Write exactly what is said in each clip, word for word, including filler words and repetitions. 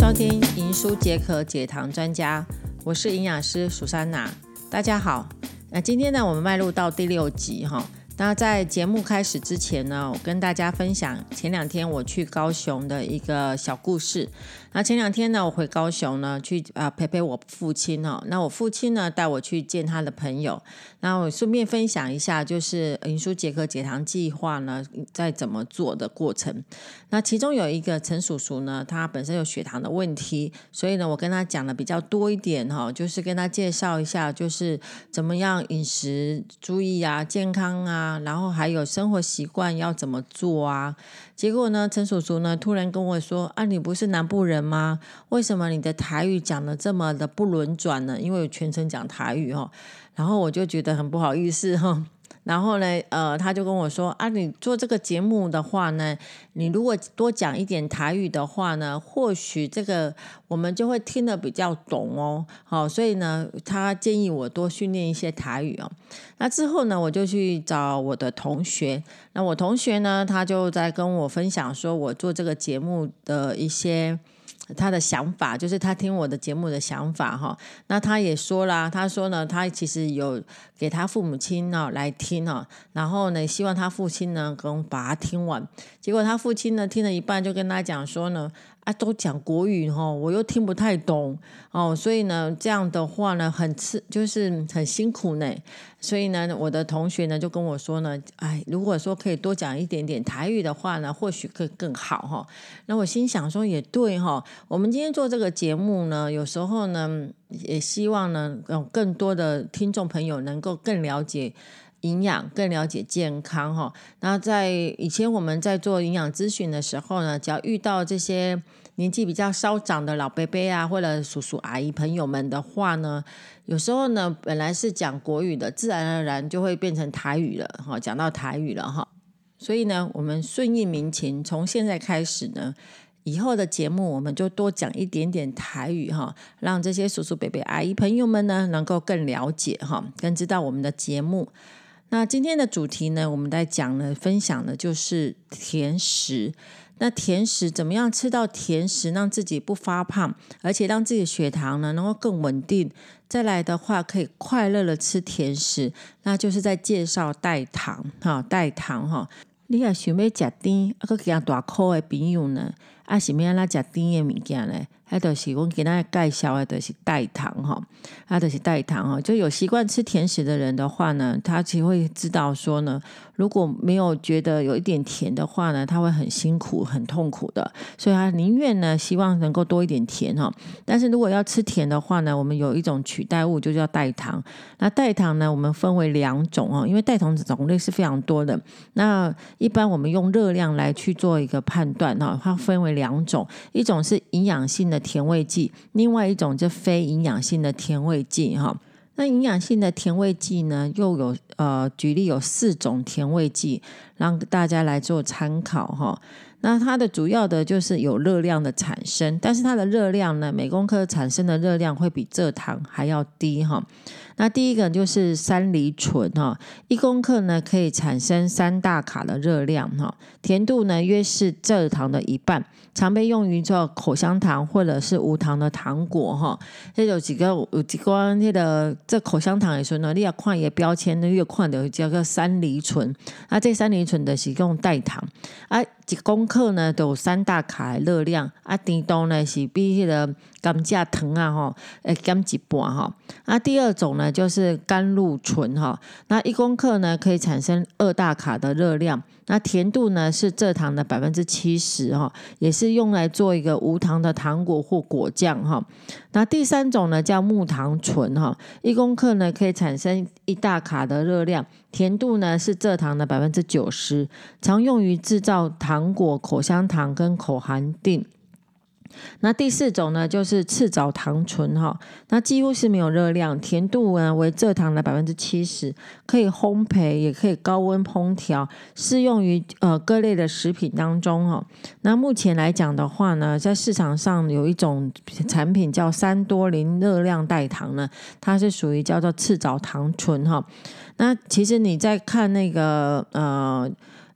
收听营书解渴解糖专家，我是营养师苏珊娜。大家好，那今天呢，我们迈入到第六集哈。那在节目开始之前呢，我跟大家分享前两天我去高雄的一个小故事。那前两天呢，我回高雄呢，去、呃、陪陪我父亲哦。那我父亲呢，带我去见他的朋友。那我顺便分享一下，就是营书解渴解糖计划呢，在怎么做的过程。那其中有一个陈叔叔呢，他本身有血糖的问题，所以呢，我跟他讲的比较多一点哈、哦，就是跟他介绍一下，就是怎么样饮食注意啊，健康啊，然后还有生活习惯要怎么做啊。结果呢，陈叔叔呢突然跟我说啊，你不是南部人吗？为什么你的台语讲的这么的不轮转呢？因为我全程讲台语哦，然后我就觉得很不好意思哈、哦。然后呢，呃，他就跟我说啊，你做这个节目的话呢，你如果多讲一点台语的话呢，或许这个我们就会听得比较懂哦。好，所以呢，他建议我多训练一些台语哦。那之后呢，我就去找我的同学。那我同学呢，他就在跟我分享说我做这个节目的一些他的想法，就是他听我的节目的想法哈。那他也说啦，他说呢，他其实有给他父母亲呢、哦、来听哦，然后呢，希望他父亲呢跟把他听完。结果他父亲呢听了一半，就跟他讲说呢，啊，都讲国语哈、哦，我又听不太懂哦，所以呢，这样的话呢，很吃就是很辛苦呢。所以呢，我的同学呢就跟我说呢，哎，如果说可以多讲一点点台语的话呢，或许可以更好哈、哦。那我心想说也对哈、哦，我们今天做这个节目呢，有时候呢，也希望呢，有更多的听众朋友能够更了解营养，更了解健康哈。那在以前我们在做营养咨询的时候呢，只要遇到这些年纪比较稍长的老伯伯啊，或者叔叔阿姨朋友们的话呢，有时候呢，本来是讲国语的，自然而然就会变成台语了哈，讲到台语了哈。所以呢，我们顺应民情，从现在开始呢，以后的节目我们就多讲一点点台语哈，让这些叔叔伯伯阿姨朋友们呢能够更了解哈，更知道我们的节目。那今天的主题呢，我们在讲呢，分享的就是甜食。那甜食怎么样吃到甜食，让自己不发胖，而且让自己的血糖呢能够更稳定。再来的话，可以快乐的吃甜食，那就是在介绍代糖哈，代糖哈。你也想要吃甜，啊，佮惊大口的朋友呢，啊，是要怎吃甜的物件呢？那就是我今天介绍的，就是代糖哈，啊，就是代糖哈。就有习惯吃甜食的人的话呢，他其实会知道说呢，如果没有觉得有一点甜的话呢，他会很辛苦、很痛苦的。所以他宁愿呢，希望能够多一点甜哈。但是如果要吃甜的话呢，我们有一种取代物，就叫代糖。那代糖呢，我们分为两种哦，因为代糖种类是非常多的。那一般我们用热量来去做一个判断哈，它分为两种，一种是营养性的甜味剂，另外一种就非营养性的甜味剂哈。那营养性的甜味剂呢，又有呃举例有四种甜味剂，让大家来做参考哈。那它的主要的就是有热量的产生，但是它的热量呢，每公克产生的热量会比蔗糖还要低哈。那第一个就是山梨醇哈，一公克呢可以产生三大卡的热量哈，甜度呢约是蔗糖的一半，常被用于做口香糖或者是无糖的糖果哈。这有几个有几个那个这口香糖的时候呢，你要看一个标签呢，越看的叫做山梨醇，啊，这山梨醇的是用代糖啊。一公克呢都有三大卡的热量啊，甜度呢是比那个甘蔗糖啊吼，诶减一半哈。啊，第二种呢就是甘露醇哈，那一公克呢可以产生二大卡的热量，那甜度呢是蔗糖的百分之七十哈，也是用来做一个无糖的糖果或果酱哈。那第三种呢叫木糖醇哈，一公克呢可以产生一大卡的热量，甜度呢是蔗糖的百分之九十，常用于制造糖果、口香糖跟口含锭。那第四种呢就是赤藻糖醇哈，那几乎是没有热量，甜度呢为蔗糖的百分之七十，可以烘焙，也可以高温烹调，适用于呃各类的食品当中哈。那目前来讲的话呢，在市场上有一种产品叫三多零热量代糖呢，它是属于叫做赤藻糖醇哈。那其实你在看那个呃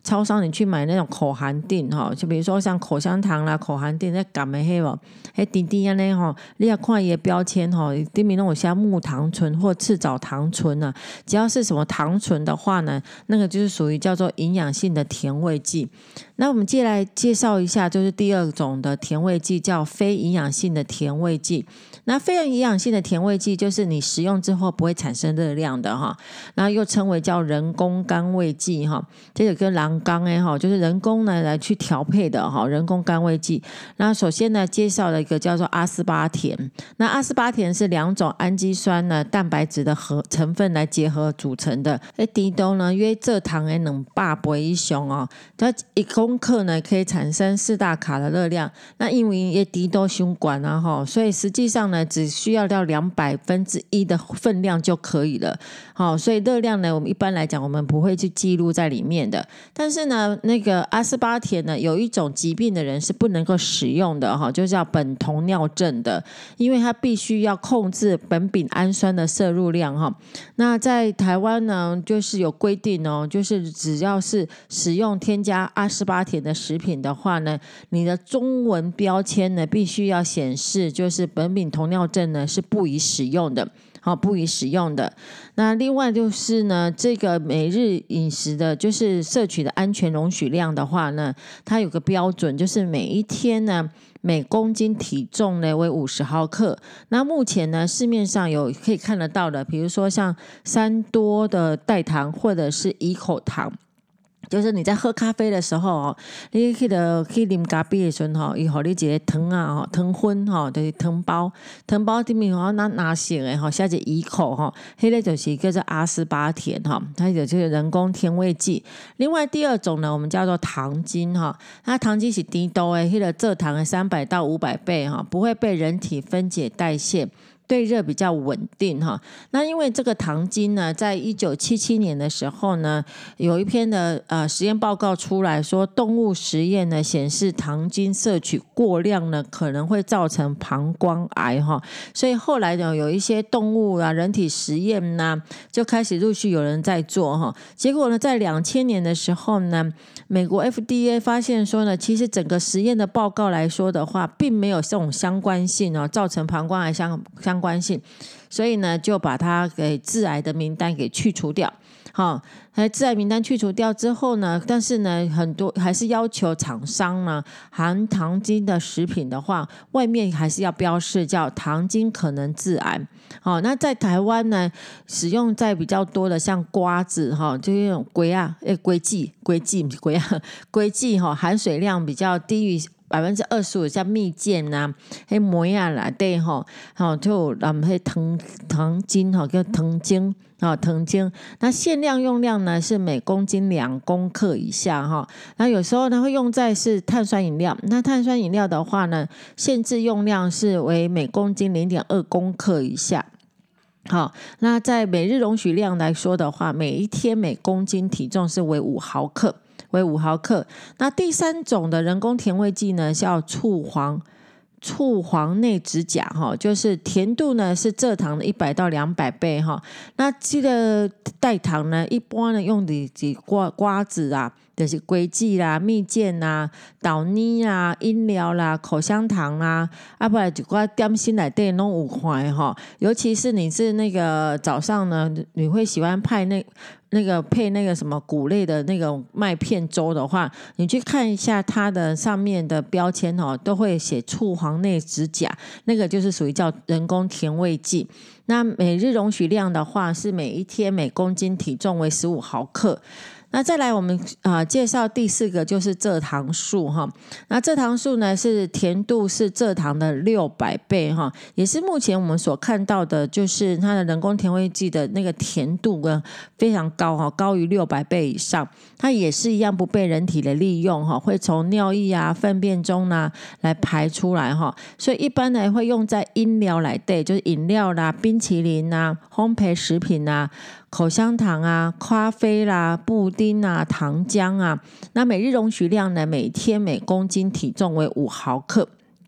超商你去买那种口含锭哈，就比如说像口香糖啦、口含锭在感的迄无，迄滴滴安尼吼，你要看伊的标签吼，顶面拢有写木糖醇或赤藻糖醇啊，只要是什么糖醇的话呢，那个就是属于叫做营养性的甜味剂。那我们接下来介绍一下，就是第二种的甜味剂，叫非营养性的甜味剂。那非营养性的甜味剂就是你食用之后不会产生热量的哈，那又称为叫人工甘味剂哈，这个跟人工诶哈，就是人工呢来去调配的哈，人工甘味剂。那首先呢介绍了一个叫做阿斯巴甜，那阿斯巴甜是两种氨基酸呢蛋白质的合成分来结合组成的，诶，低度呢约蔗糖诶两百倍以上哦，它一公克呢可以产生四大卡的热量。那因为也低度胸管啊哈，所以实际上呢只需要到两百分之一的分量就可以了。好，所以热量呢我们一般来讲我们不会去记录在里面的。但是呢那个阿斯巴甜呢有一种疾病的人是不能够使用的哈，就叫苯酮尿症的，因为它必须要控制苯丙氨酸的摄入量哈。那在台湾呢就是有规定哦，就是只要是使用添加阿斯巴甜的食品的话呢，你的中文标签呢必须要显示就是苯丙酮尿症呢是不宜使用的，好，不宜使用的。那另外就是呢，这个每日饮食的就是摄取的安全容许量的话呢，它有个标准，就是每一天呢每公斤体重呢为五十毫克。那目前呢市面上有可以看得到的，比如说像三多的代糖或者是怡口糖，就是你在喝咖啡的时候哦，你去的去啉咖啡的时候吼，伊互你一个糖啊，糖分吼，就是糖包，糖包顶面吼拿拿色的吼，写一个怡口吼，迄个就是叫做阿斯巴甜哈，它就是人工甜味剂。另外第二种呢，我们叫做糖精哈，它糖精是低度的，迄个蔗糖的三百到五百倍哈，不会被人体分解代谢。对热比较稳定哈，那因为这个糖精呢，在一九七七年的时候呢，有一篇的呃实验报告出来说，动物实验呢显示糖精摄取过量呢，可能会造成膀胱癌哈，所以后来呢，有一些动物啊人体实验呢，就开始陆续有人在做哈，结果呢，在两千年的时候呢，美国 F D A 发现说呢，其实整个实验的报告来说的话，并没有这种相关性哦，造成膀胱癌相相关性，所以呢就把它给致癌的名单给去除掉。好，致癌名单去除掉之后呢，但是呢很多还是要求厂商呢含糖精的食品的话，外面还是要标示叫糖精可能致癌。好，那在台湾呢使用在比较多的像瓜子哈，就是那种龟啊诶龟记龟记不是龟啊龟记哈，含水量比较低于百分之二十五，像蜜饯呐、黑梅啊啦对吼，好就咱黑糖糖精哈，叫糖精啊糖精。那限量用量呢是每公斤两公克以下哈。那有时候呢会用在是碳酸饮料，那碳酸饮料的话呢，限制用量是为每公斤零点二公克以下。好，那在每日容许量来说的话，每一天每公斤体重是为五毫克。为五毫克。那第三种的人工甜味剂呢，叫醋黄醋黄内酯钾哈，就是甜度呢是蔗糖的一百到两百倍哈。那这个代糖呢，一般呢用的是瓜瓜子啊，就是龟记啦、蜜饯啦、枣泥啦、饮料啦、口香糖啦，啊不然就挂点心内底拢有看哈。尤其是你是那个早上呢，你会喜欢派那。那个配那个什么谷类的那种麦片粥的话，你去看一下它的上面的标签哦，都会写醋黄内酯钾，那个就是属于叫人工甜味剂。那每日容许量的话是每一天每公斤体重为十五毫克。那再来我们啊、呃、介绍第四个就是蔗糖素哈，那蔗糖素呢是甜度是蔗糖的六百倍哈，也是目前我们所看到的就是它的人工甜味剂的那个甜度呢非常高哈，高于六百倍以上，它也是一样不被人体的利用哈，会从尿液啊粪便中呢来排出来哈，所以一般呢会用在饮料来对，就是饮料啦、冰淇淋啊、烘焙食品啊、口香糖啊、咖啡啦、布丁啊、糖浆啊。那每日容许量呢，每天每公斤体重为五毫克。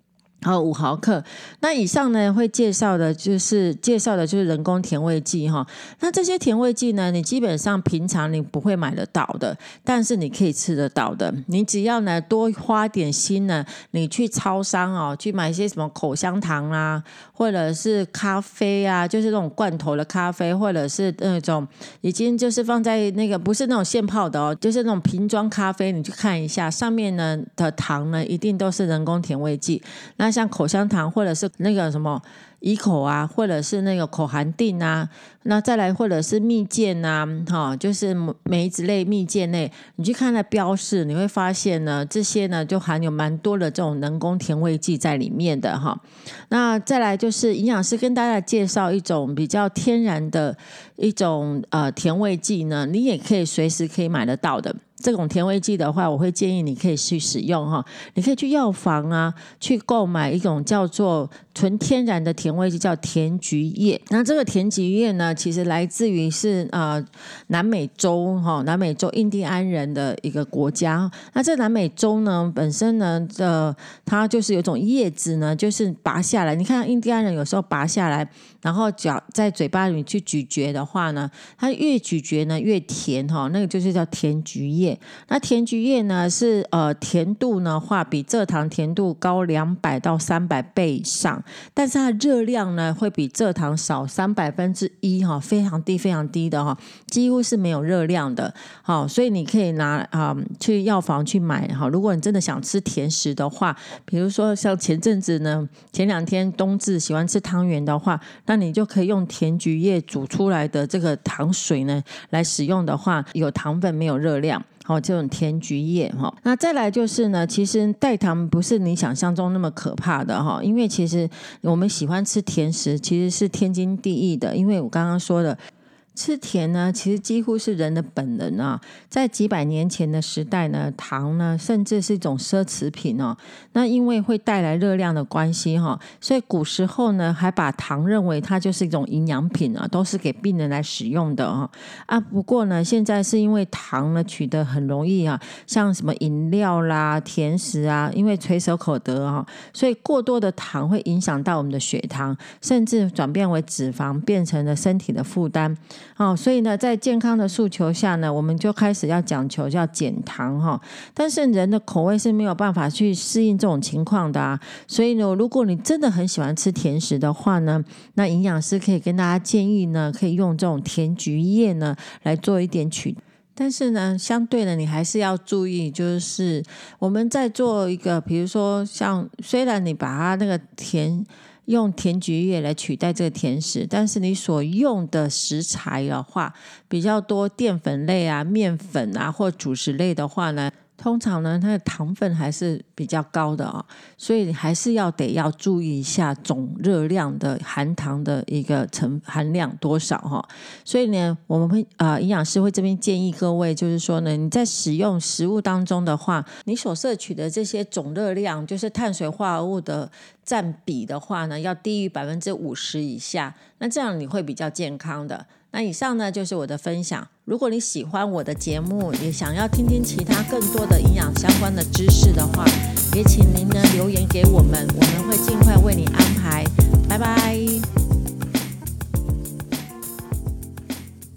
好，五毫克。那以上呢会介绍的就是介绍的就是人工甜味剂哈。那这些甜味剂呢，你基本上平常你不会买得到的，但是你可以吃得到的。你只要呢多花点心呢，你去超商哦，去买一些什么口香糖啊，或者是咖啡啊，就是那种罐头的咖啡，或者是那种已经就是放在那个不是那种现泡的哦，就是那种瓶装咖啡，你去看一下上面呢的糖呢，一定都是人工甜味剂。那像口香糖或者是那个什么怡口啊，或者是那个口含定啊，那再来或者是蜜饯啊、哦、就是梅子类蜜饯类，你去看它标示，你会发现呢这些呢就含有蛮多的这种人工甜味剂在里面的哈。那再来就是营养师跟大家介绍一种比较天然的一种呃甜味剂呢，你也可以随时可以买得到的。这种甜味剂的话，我会建议你可以去使用哈。你可以去药房啊，去购买一种叫做纯天然的甜味剂，叫甜菊叶。那这个甜菊叶呢，其实来自于是呃南美洲哈，南美洲印第安人的一个国家。那这南美洲呢，本身呢，呃，它就是有种叶子呢，就是拔下来。你看印第安人有时候拔下来，然后嚼在嘴巴里去咀嚼的话呢，它越咀嚼呢越甜哈，那个就是叫甜菊叶。那甜菊叶呢是呃甜度呢话比蔗糖甜度高两百到三百倍以上，但是它的热量呢会比蔗糖少三百分之一哈，非常低非常低的哈，几乎是没有热量的。好，所以你可以拿啊、呃、去药房去买哈。如果你真的想吃甜食的话，比如说像前阵子呢，前两天冬至喜欢吃汤圆的话，那你就可以用甜菊叶煮出来的这个糖水呢来使用的话，有糖分没有热量。好，这种甜菊叶哈，那再来就是呢，其实代糖不是你想象中那么可怕的哈，因为其实我们喜欢吃甜食，其实是天经地义的，因为我刚刚说的。吃甜呢，其实几乎是人的本能啊。在几百年前的时代呢，糖呢甚至是一种奢侈品哦。那因为会带来热量的关系哈、哦，所以古时候呢还把糖认为它就是一种营养品啊，都是给病人来使用的哦。啊，不过呢，现在是因为糖呢取得很容易啊，像什么饮料啦、甜食啊，因为垂手可得啊、哦，所以过多的糖会影响到我们的血糖，甚至转变为脂肪，变成了身体的负担。哦，所以呢，在健康的诉求下呢，我们就开始要讲求叫减糖哈、哦。但是人的口味是没有办法去适应这种情况的啊。所以呢，如果你真的很喜欢吃甜食的话呢，那营养师可以跟大家建议呢，可以用这种甜菊叶呢来做一点取。但是呢，相对的，你还是要注意，就是我们在做一个，比如说像，虽然你把它那个甜。用甜菊叶来取代这个甜食，但是你所用的食材的话比较多淀粉类啊、面粉啊或主食类的话呢，通常呢它的糖分还是比较高的哦，所以还是要得要注意一下总热量的含糖的一个成含量多少哈、哦。所以呢，我们会呃营养师会这边建议各位，就是说呢，你在使用食物当中的话，你所摄取的这些总热量，就是碳水化合物的占比的话呢，要低于百分之五十以下，那这样你会比较健康的。那以上呢就是我的分享。如果你喜欢我的节目，也想要听听其他更多的营养相关的知识的话，也请您呢留言给我们，我们会尽快为你安排。拜拜。